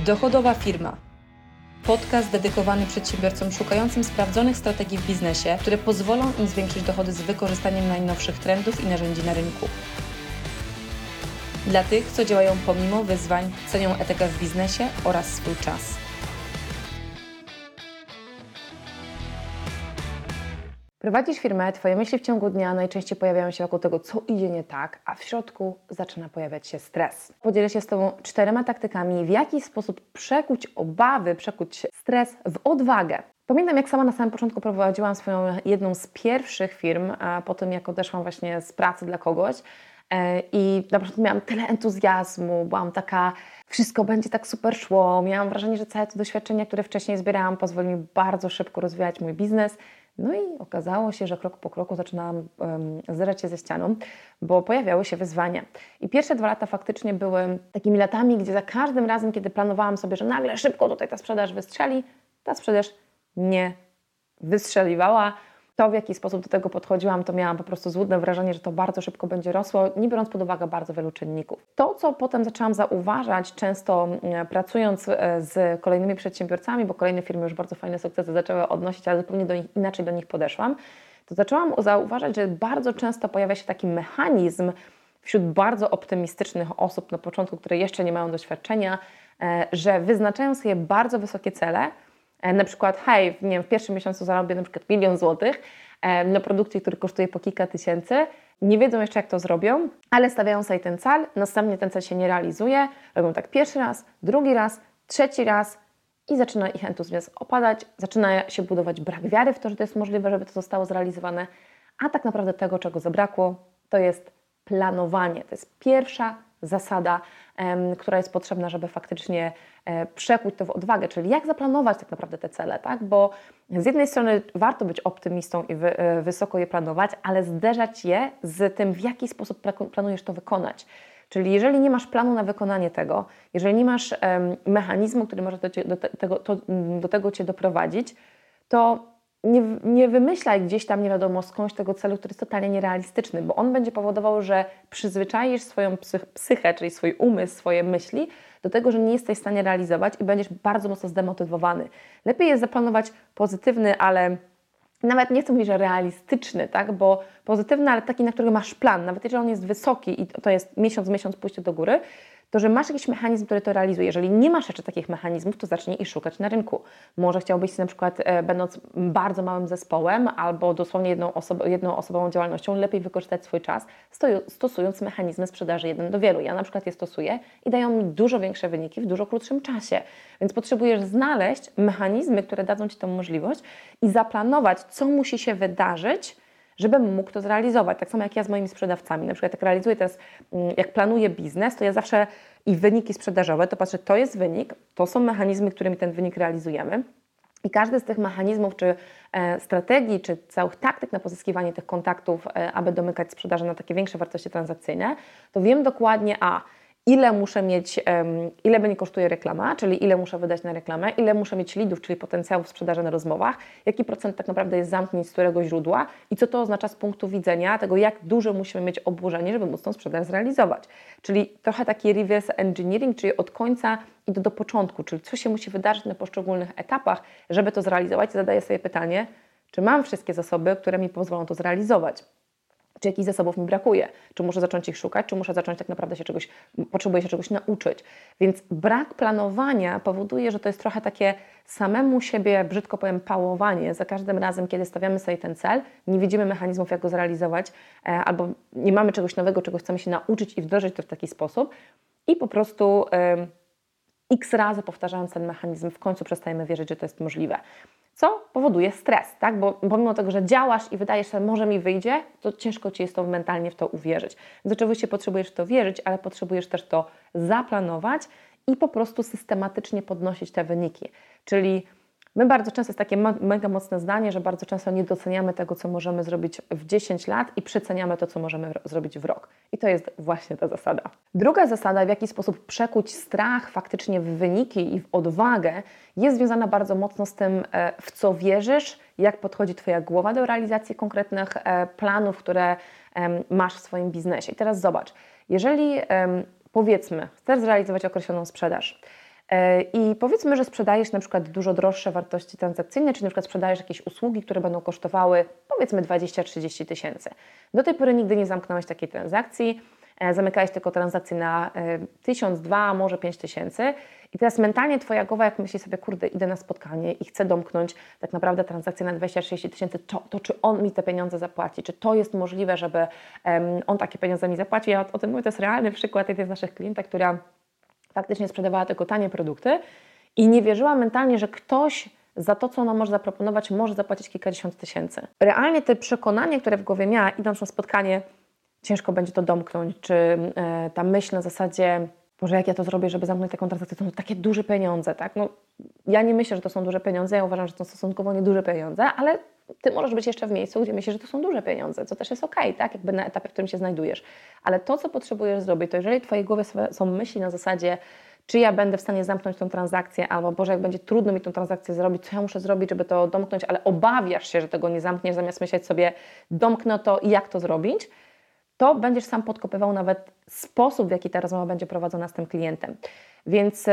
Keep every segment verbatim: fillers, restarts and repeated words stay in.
Dochodowa firma. Podcast dedykowany przedsiębiorcom szukającym sprawdzonych strategii w biznesie, które pozwolą im zwiększyć dochody z wykorzystaniem najnowszych trendów i narzędzi na rynku. Dla tych, co działają pomimo wyzwań, cenią etykę w biznesie oraz swój czas. Prowadzisz firmę, Twoje myśli w ciągu dnia najczęściej pojawiają się wokół tego, co idzie nie tak, a w środku zaczyna pojawiać się stres. Podzielę się z Tobą czterema taktykami, w jaki sposób przekuć obawy, przekuć stres w odwagę. Pamiętam, jak sama na samym początku prowadziłam swoją jedną z pierwszych firm, a potem jak odeszłam właśnie z pracy dla kogoś i na początku miałam tyle entuzjazmu, byłam taka, wszystko będzie tak super szło, miałam wrażenie, że całe te doświadczenia, które wcześniej zbierałam, pozwoli mi bardzo szybko rozwijać mój biznes. No i okazało się, że krok po kroku zaczynałam um, zderzać się ze ścianą, bo pojawiały się wyzwania. I pierwsze dwa lata faktycznie były takimi latami, gdzie za każdym razem, kiedy planowałam sobie, że nagle szybko tutaj ta sprzedaż wystrzeli, ta sprzedaż nie wystrzeliwała. To, w jaki sposób do tego podchodziłam, to miałam po prostu złudne wrażenie, że to bardzo szybko będzie rosło, nie biorąc pod uwagę bardzo wielu czynników. To, co potem zaczęłam zauważać, często pracując z kolejnymi przedsiębiorcami, bo kolejne firmy już bardzo fajne sukcesy zaczęły odnosić, ale zupełnie do nich, inaczej do nich podeszłam, to zaczęłam zauważać, że bardzo często pojawia się taki mechanizm wśród bardzo optymistycznych osób na początku, które jeszcze nie mają doświadczenia, że wyznaczają sobie bardzo wysokie cele. Na przykład, hej, nie wiem, w pierwszym miesiącu zarobię na przykład milion złotych na produkcie, który kosztuje po kilka tysięcy. Nie wiedzą jeszcze, jak to zrobią, ale stawiają sobie ten cel, następnie ten cel się nie realizuje, robią tak pierwszy raz, drugi raz, trzeci raz i zaczyna ich entuzjazm opadać, zaczyna się budować brak wiary w to, że to jest możliwe, żeby to zostało zrealizowane, a tak naprawdę tego, czego zabrakło, to jest planowanie. To jest pierwsza zasada, em, która jest potrzebna, żeby faktycznie e, przekuć to w odwagę, czyli jak zaplanować tak naprawdę te cele, tak? Bo z jednej strony warto być optymistą i wy, e, wysoko je planować, ale zderzać je z tym, w jaki sposób planujesz to wykonać. Czyli jeżeli nie masz planu na wykonanie tego, jeżeli nie masz em, mechanizmu, który może do, do, tego, to, do tego Cię doprowadzić, to Nie, nie wymyślaj gdzieś tam nie wiadomo skądś tego celu, który jest totalnie nierealistyczny, bo on będzie powodował, że przyzwyczaisz swoją psych, psychę, czyli swój umysł, swoje myśli do tego, że nie jesteś w stanie realizować i będziesz bardzo mocno zdemotywowany. Lepiej jest zaplanować pozytywny, ale nawet nie chcę mówić, że realistyczny, tak? Bo pozytywny, ale taki, na który masz plan, nawet jeżeli on jest wysoki i to jest miesiąc, miesiąc pójście do góry, to że masz jakiś mechanizm, który to realizuje. Jeżeli nie masz jeszcze takich mechanizmów, to zacznij ich szukać na rynku. Może chciałbyś na przykład, e, będąc bardzo małym zespołem albo dosłownie jedną, oso- jedną osobową działalnością, lepiej wykorzystać swój czas, stoju- stosując mechanizmy sprzedaży jeden do wielu. Ja na przykład je stosuję i dają mi dużo większe wyniki w dużo krótszym czasie. Więc potrzebujesz znaleźć mechanizmy, które dadzą Ci tą możliwość i zaplanować, co musi się wydarzyć, żebym mógł to zrealizować. Tak samo jak ja z moimi sprzedawcami. Na przykład jak realizuję teraz, jak planuję biznes, to ja zawsze i wyniki sprzedażowe, to patrzę, to jest wynik, to są mechanizmy, którymi ten wynik realizujemy. I każdy z tych mechanizmów, czy e, strategii, czy całych taktyk na pozyskiwanie tych kontaktów, e, aby domykać sprzedaży na takie większe wartości transakcyjne, to wiem dokładnie, a ile muszę mieć, um, ile będzie kosztuje reklama, czyli ile muszę wydać na reklamę, ile muszę mieć leadów, czyli potencjałów sprzedaży na rozmowach, jaki procent tak naprawdę jest zamknięć z którego źródła i co to oznacza z punktu widzenia tego, jak duże musimy mieć obłożenie, żeby móc tą sprzedaż zrealizować. Czyli trochę taki reverse engineering, czyli od końca i do, do początku, czyli co się musi wydarzyć na poszczególnych etapach, żeby to zrealizować. I zadaję sobie pytanie, czy mam wszystkie zasoby, które mi pozwolą to zrealizować. Czy jakichś zasobów mi brakuje, czy muszę zacząć ich szukać, czy muszę zacząć tak naprawdę się czegoś, potrzebuję się czegoś nauczyć. Więc brak planowania powoduje, że to jest trochę takie samemu siebie, brzydko powiem, pałowanie. Za każdym razem, kiedy stawiamy sobie ten cel, nie widzimy mechanizmów, jak go zrealizować, albo nie mamy czegoś nowego, czego chcemy się nauczyć i wdrożyć to w taki sposób i po prostu yy, x razy powtarzając ten mechanizm, w końcu przestajemy wierzyć, że to jest możliwe. Co powoduje stres, tak? Bo pomimo tego, że działasz i wydajesz sobie, może mi wyjdzie, to ciężko Ci jest to mentalnie w to uwierzyć. Więc oczywiście potrzebujesz w to wierzyć, ale potrzebujesz też to zaplanować i po prostu systematycznie podnosić te wyniki. Czyli my bardzo często, jest takie mega mocne zdanie, że bardzo często nie doceniamy tego, co możemy zrobić w dziesięć lat i przeceniamy to, co możemy zrobić w rok. I to jest właśnie ta zasada. Druga zasada, w jaki sposób przekuć strach faktycznie w wyniki i w odwagę, jest związana bardzo mocno z tym, w co wierzysz, jak podchodzi Twoja głowa do realizacji konkretnych planów, które masz w swoim biznesie. I teraz zobacz, jeżeli powiedzmy, chcesz zrealizować określoną sprzedaż, I powiedzmy, że sprzedajesz na przykład dużo droższe wartości transakcyjne, czy na przykład sprzedajesz jakieś usługi, które będą kosztowały powiedzmy dwadzieścia trzydzieści tysięcy. Do tej pory nigdy nie zamknąłeś takiej transakcji, zamykałeś tylko transakcje na tysiąc, dwa, może pięć tysięcy i teraz mentalnie Twoja głowa, jak myśli sobie, kurde, idę na spotkanie i chcę domknąć tak naprawdę transakcję na dwadzieścia trzydzieści tysięcy, to, to czy on mi te pieniądze zapłaci, czy to jest możliwe, żeby um, on takie pieniądze mi zapłaci. Ja o, o tym mówię, to jest realny przykład jednej z naszych klientek, która faktycznie sprzedawała tylko tanie produkty i nie wierzyła mentalnie, że ktoś za to, co ona może zaproponować, może zapłacić kilkadziesiąt tysięcy. Realnie to przekonanie, które w głowie miała, idąc na spotkanie, ciężko będzie to domknąć, czy e, ta myśl na zasadzie, Boże, jak ja to zrobię, żeby zamknąć taką transakcję, to są takie duże pieniądze, tak? No, ja nie myślę, że to są duże pieniądze, ja uważam, że to są stosunkowo nieduże pieniądze, ale Ty możesz być jeszcze w miejscu, gdzie myślisz, że to są duże pieniądze, co też jest okej, tak? Jakby na etapie, w którym się znajdujesz. Ale to, co potrzebujesz zrobić, to jeżeli w Twojej głowie są myśli na zasadzie, czy ja będę w stanie zamknąć tą transakcję, albo Boże, jak będzie trudno mi tą transakcję zrobić, co ja muszę zrobić, żeby to domknąć, ale obawiasz się, że tego nie zamkniesz, zamiast myśleć sobie, domknę to i jak to zrobić, to będziesz sam podkopywał nawet sposób, w jaki ta rozmowa będzie prowadzona z tym klientem. Więc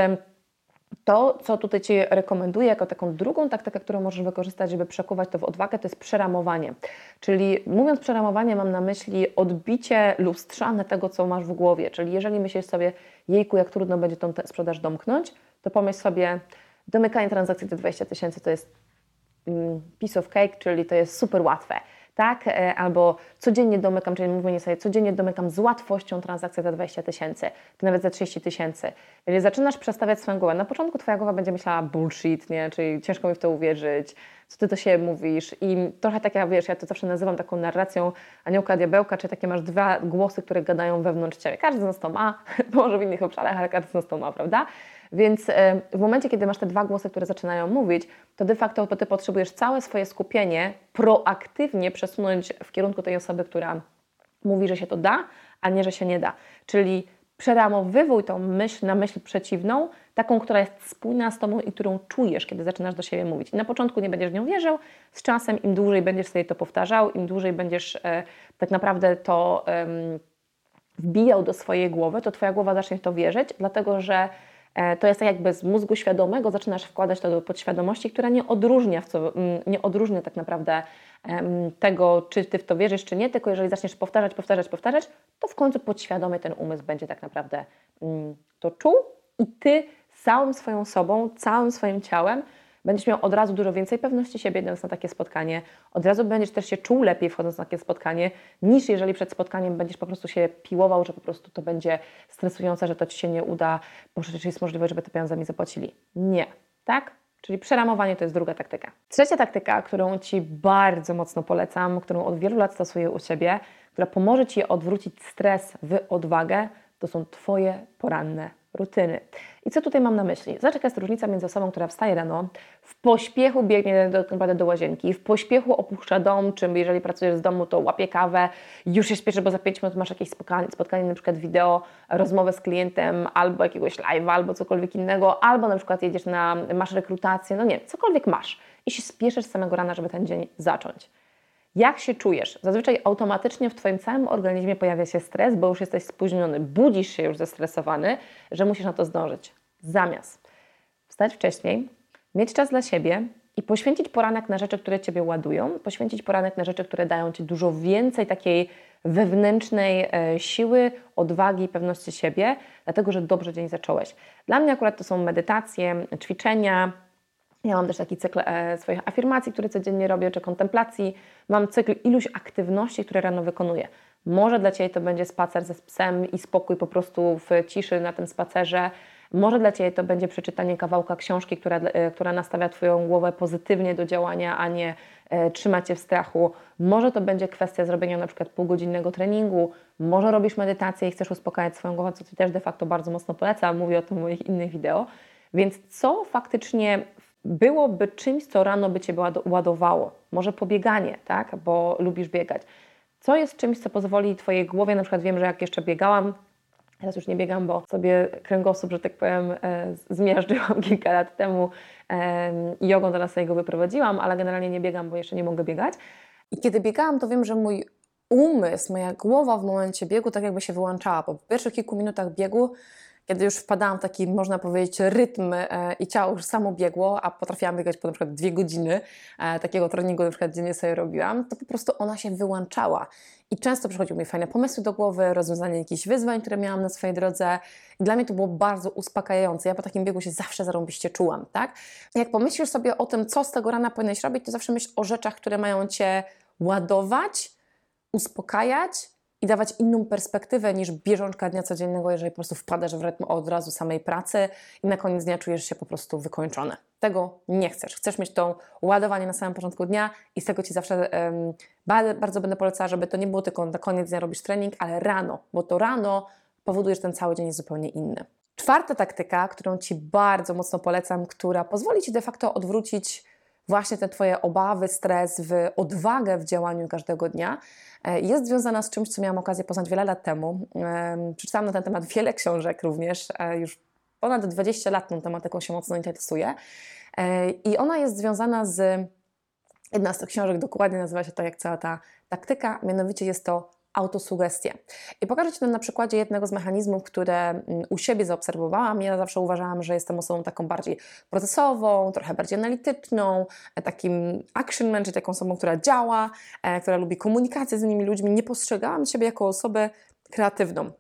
to, co tutaj Ci rekomenduję jako taką drugą taktykę, którą możesz wykorzystać, żeby przekuwać to w odwagę, to jest przeramowanie. Czyli mówiąc przeramowanie, mam na myśli odbicie lustrzane tego, co masz w głowie. Czyli jeżeli myślisz sobie, jejku, jak trudno będzie tą sprzedaż domknąć, to pomyśl sobie, domykanie transakcji do dwadzieścia tysięcy to jest mm, piece of cake, czyli to jest super łatwe. Tak? Albo codziennie domykam, czyli mówienie sobie, codziennie domykam z łatwością transakcję za dwadzieścia tysięcy, to nawet za trzydzieści tysięcy. Jeżeli zaczynasz przestawiać swoją głowę, na początku Twoja głowa będzie myślała bullshit, nie? Czyli ciężko mi w to uwierzyć, co Ty do siebie mówisz i trochę tak jak wiesz, ja to zawsze nazywam taką narracją aniołka, diabełka, czyli takie masz dwa głosy, które gadają wewnątrz Ciebie. Każdy z nas to ma, może w innych obszarach, ale każdy z nas to ma, prawda? Więc w momencie, kiedy masz te dwa głosy, które zaczynają mówić, to de facto Ty potrzebujesz całe swoje skupienie proaktywnie przesunąć w kierunku tej osoby, która mówi, że się to da, a nie, że się nie da. Czyli przeramowywuj tą myśl na myśl przeciwną, taką, która jest spójna z Tobą i którą czujesz, kiedy zaczynasz do siebie mówić. I na początku nie będziesz w nią wierzył, z czasem im dłużej będziesz sobie to powtarzał, im dłużej będziesz e, tak naprawdę to e, wbijał do swojej głowy, to Twoja głowa zacznie w to wierzyć, dlatego że to jest tak jakby z mózgu świadomego zaczynasz wkładać to do podświadomości, która nie odróżnia, w co, nie odróżnia tak naprawdę tego, czy Ty w to wierzysz, czy nie, tylko jeżeli zaczniesz powtarzać, powtarzać, powtarzać, to w końcu podświadomie ten umysł będzie tak naprawdę to czuł i Ty całą swoją sobą, całym swoim ciałem będziesz miał od razu dużo więcej pewności siebie, idąc na takie spotkanie. Od razu będziesz też się czuł lepiej, wchodząc na takie spotkanie, niż jeżeli przed spotkaniem będziesz po prostu się piłował, że po prostu to będzie stresujące, że to Ci się nie uda, bo czy jest możliwość, żeby te pieniądze mi zapłacili. Nie, tak? Czyli przeramowanie to jest druga taktyka. Trzecia taktyka, którą Ci bardzo mocno polecam, którą od wielu lat stosuję u siebie, która pomoże Ci odwrócić stres w odwagę, to są Twoje poranne rutyny. I co tutaj mam na myśli? Zobacz, jaka jest różnica między osobą, która wstaje rano, w pośpiechu biegnie do, naprawdę do łazienki, w pośpiechu opuszcza dom, czy jeżeli pracujesz z domu, to łapie kawę, już się spieszy, bo za pięć minut masz jakieś spotkanie, spotkanie na przykład wideo, rozmowę z klientem, albo jakiegoś live'a, albo cokolwiek innego, albo na przykład jedziesz na, masz rekrutację, no nie, cokolwiek masz i się spieszysz z samego rana, żeby ten dzień zacząć. Jak się czujesz? Zazwyczaj automatycznie w Twoim całym organizmie pojawia się stres, bo już jesteś spóźniony, budzisz się już zestresowany, że musisz na to zdążyć. Zamiast wstać wcześniej, mieć czas dla siebie i poświęcić poranek na rzeczy, które Ciebie ładują, poświęcić poranek na rzeczy, które dają Ci dużo więcej takiej wewnętrznej e, siły, odwagi i pewności siebie, dlatego, że dobrze dzień zacząłeś. Dla mnie akurat to są medytacje, ćwiczenia. Ja mam też taki cykl e, swoich afirmacji, które codziennie robię, czy kontemplacji. Mam cykl iluś aktywności, które rano wykonuję. Może dla Ciebie to będzie spacer ze psem i spokój po prostu w ciszy na tym spacerze. Może dla Ciebie to będzie przeczytanie kawałka książki, która, e, która nastawia Twoją głowę pozytywnie do działania, a nie e, trzyma Cię w strachu. Może to będzie kwestia zrobienia na przykład półgodzinnego treningu. Może robisz medytację i chcesz uspokajać swoją głowę, co Ci też de facto bardzo mocno polecam. Mówię o tym w moich innych wideo. Więc co faktycznie byłoby czymś, co rano by Cię ładowało? Może pobieganie, tak? Bo lubisz biegać. Co jest czymś, co pozwoli Twojej głowie, na przykład wiem, że jak jeszcze biegałam, teraz już nie biegam, bo sobie kręgosłup, że tak powiem, e, zmiażdżyłam kilka lat temu e, i jogą teraz sobie go wyprowadziłam, ale generalnie nie biegam, bo jeszcze nie mogę biegać. I kiedy biegałam, to wiem, że mój umysł, moja głowa w momencie biegu tak jakby się wyłączała. Po pierwszych kilku minutach biegu, kiedy już wpadałam w taki, można powiedzieć, rytm e, i ciało już samo biegło, a potrafiłam biegać po na przykład dwie godziny, e, takiego treningu na przykład dziennie sobie robiłam, to po prostu ona się wyłączała. I często przychodziły mi fajne pomysły do głowy, rozwiązanie jakichś wyzwań, które miałam na swojej drodze. I dla mnie to było bardzo uspokajające. Ja po takim biegu się zawsze zarąbiście czułam, tak? Jak pomyślisz sobie o tym, co z tego rana powinieneś robić, to zawsze myśl o rzeczach, które mają Cię ładować, uspokajać i dawać inną perspektywę niż bieżączka dnia codziennego, jeżeli po prostu wpadasz w rytm od razu samej pracy i na koniec dnia czujesz się po prostu wykończony. Tego nie chcesz. Chcesz mieć to ładowanie na samym początku dnia i z tego Ci zawsze um, bardzo, bardzo będę polecała, żeby to nie było tylko na koniec dnia robisz trening, ale rano, bo to rano powoduje, że ten cały dzień jest zupełnie inny. Czwarta taktyka, którą Ci bardzo mocno polecam, która pozwoli Ci de facto odwrócić właśnie te Twoje obawy, stres w odwagę w działaniu każdego dnia, jest związana z czymś, co miałam okazję poznać wiele lat temu. Przeczytałam na ten temat wiele książek również, już ponad dwadzieścia lat tą tematyką się mocno interesuję. I ona jest związana z, jedna z tych książek dokładnie nazywa się tak jak cała ta taktyka, mianowicie jest to autosugestie. I pokażę Ci to na przykładzie jednego z mechanizmów, które u siebie zaobserwowałam. Ja zawsze uważałam, że jestem osobą taką bardziej procesową, trochę bardziej analityczną, takim action man, czyli taką osobą, która działa, e, która lubi komunikację z innymi ludźmi. Nie postrzegałam siebie jako osobę kreatywną.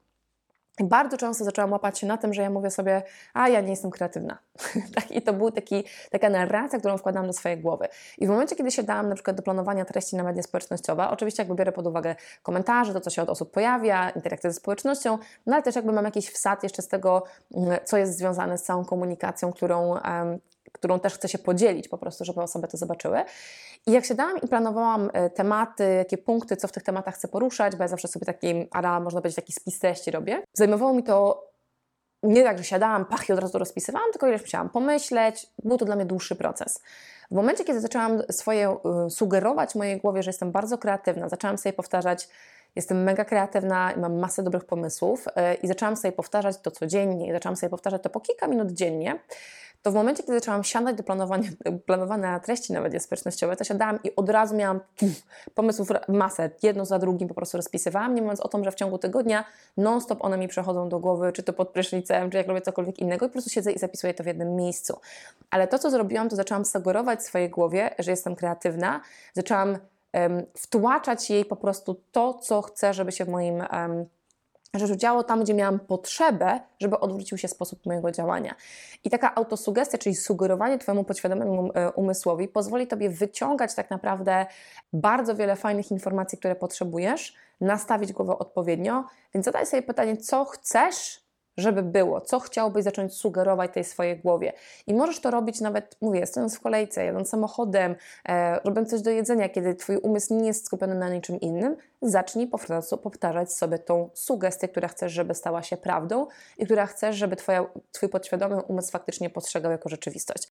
I bardzo często zaczęłam łapać się na tym, że ja mówię sobie, a ja nie jestem kreatywna. Tak, i to była taka narracja, którą wkładałam do swojej głowy. I w momencie, kiedy się dałam na przykład do planowania treści na media społecznościowe, oczywiście jakby biorę pod uwagę komentarze, to co się od osób pojawia, interakcja ze społecznością, no ale też jakby mam jakiś wsad jeszcze z tego, co jest związane z całą komunikacją, którą, um, którą też chcę się podzielić po prostu, żeby osoby to zobaczyły. I jak siadałam i planowałam tematy, jakie punkty, co w tych tematach chcę poruszać, bo ja zawsze sobie taki, ara, można powiedzieć, taki spis treści robię, zajmowało mi to nie tak, że siadałam, pach i od razu to rozpisywałam, tylko ileś musiałam pomyśleć, był to dla mnie dłuższy proces. W momencie, kiedy zaczęłam swoje y, sugerować mojej głowie, że jestem bardzo kreatywna, zaczęłam sobie powtarzać, jestem mega kreatywna i mam masę dobrych pomysłów y, i zaczęłam sobie powtarzać to codziennie i zaczęłam sobie powtarzać to po kilka minut dziennie, to w momencie, kiedy zaczęłam siadać do planowania, planowania treści na media społecznościowe, to siadałam i od razu miałam pff, pomysłów masę, jedno za drugim po prostu rozpisywałam, nie mówiąc o tym, że w ciągu tygodnia non-stop one mi przechodzą do głowy, czy to pod prysznicem, czy jak robię cokolwiek innego i po prostu siedzę i zapisuję to w jednym miejscu. Ale to, co zrobiłam, to zaczęłam sugerować swojej głowie, że jestem kreatywna, zaczęłam um, wtłaczać jej po prostu to, co chcę, żeby się w moim um, że działo tam, gdzie miałam potrzebę, żeby odwrócił się sposób mojego działania. I taka autosugestia, czyli sugerowanie Twojemu podświadomemu umysłowi pozwoli Tobie wyciągać tak naprawdę bardzo wiele fajnych informacji, które potrzebujesz, nastawić głowę odpowiednio, więc zadaj sobie pytanie, co chcesz, żeby było, co chciałbyś zacząć sugerować tej swojej głowie. I możesz to robić nawet, mówię, stojąc w kolejce, jadąc samochodem, e, robiąc coś do jedzenia, kiedy Twój umysł nie jest skupiony na niczym innym, zacznij po prostu powtarzać sobie tą sugestię, która chcesz, żeby stała się prawdą i która chcesz, żeby twoja, Twój podświadomy umysł faktycznie postrzegał jako rzeczywistość.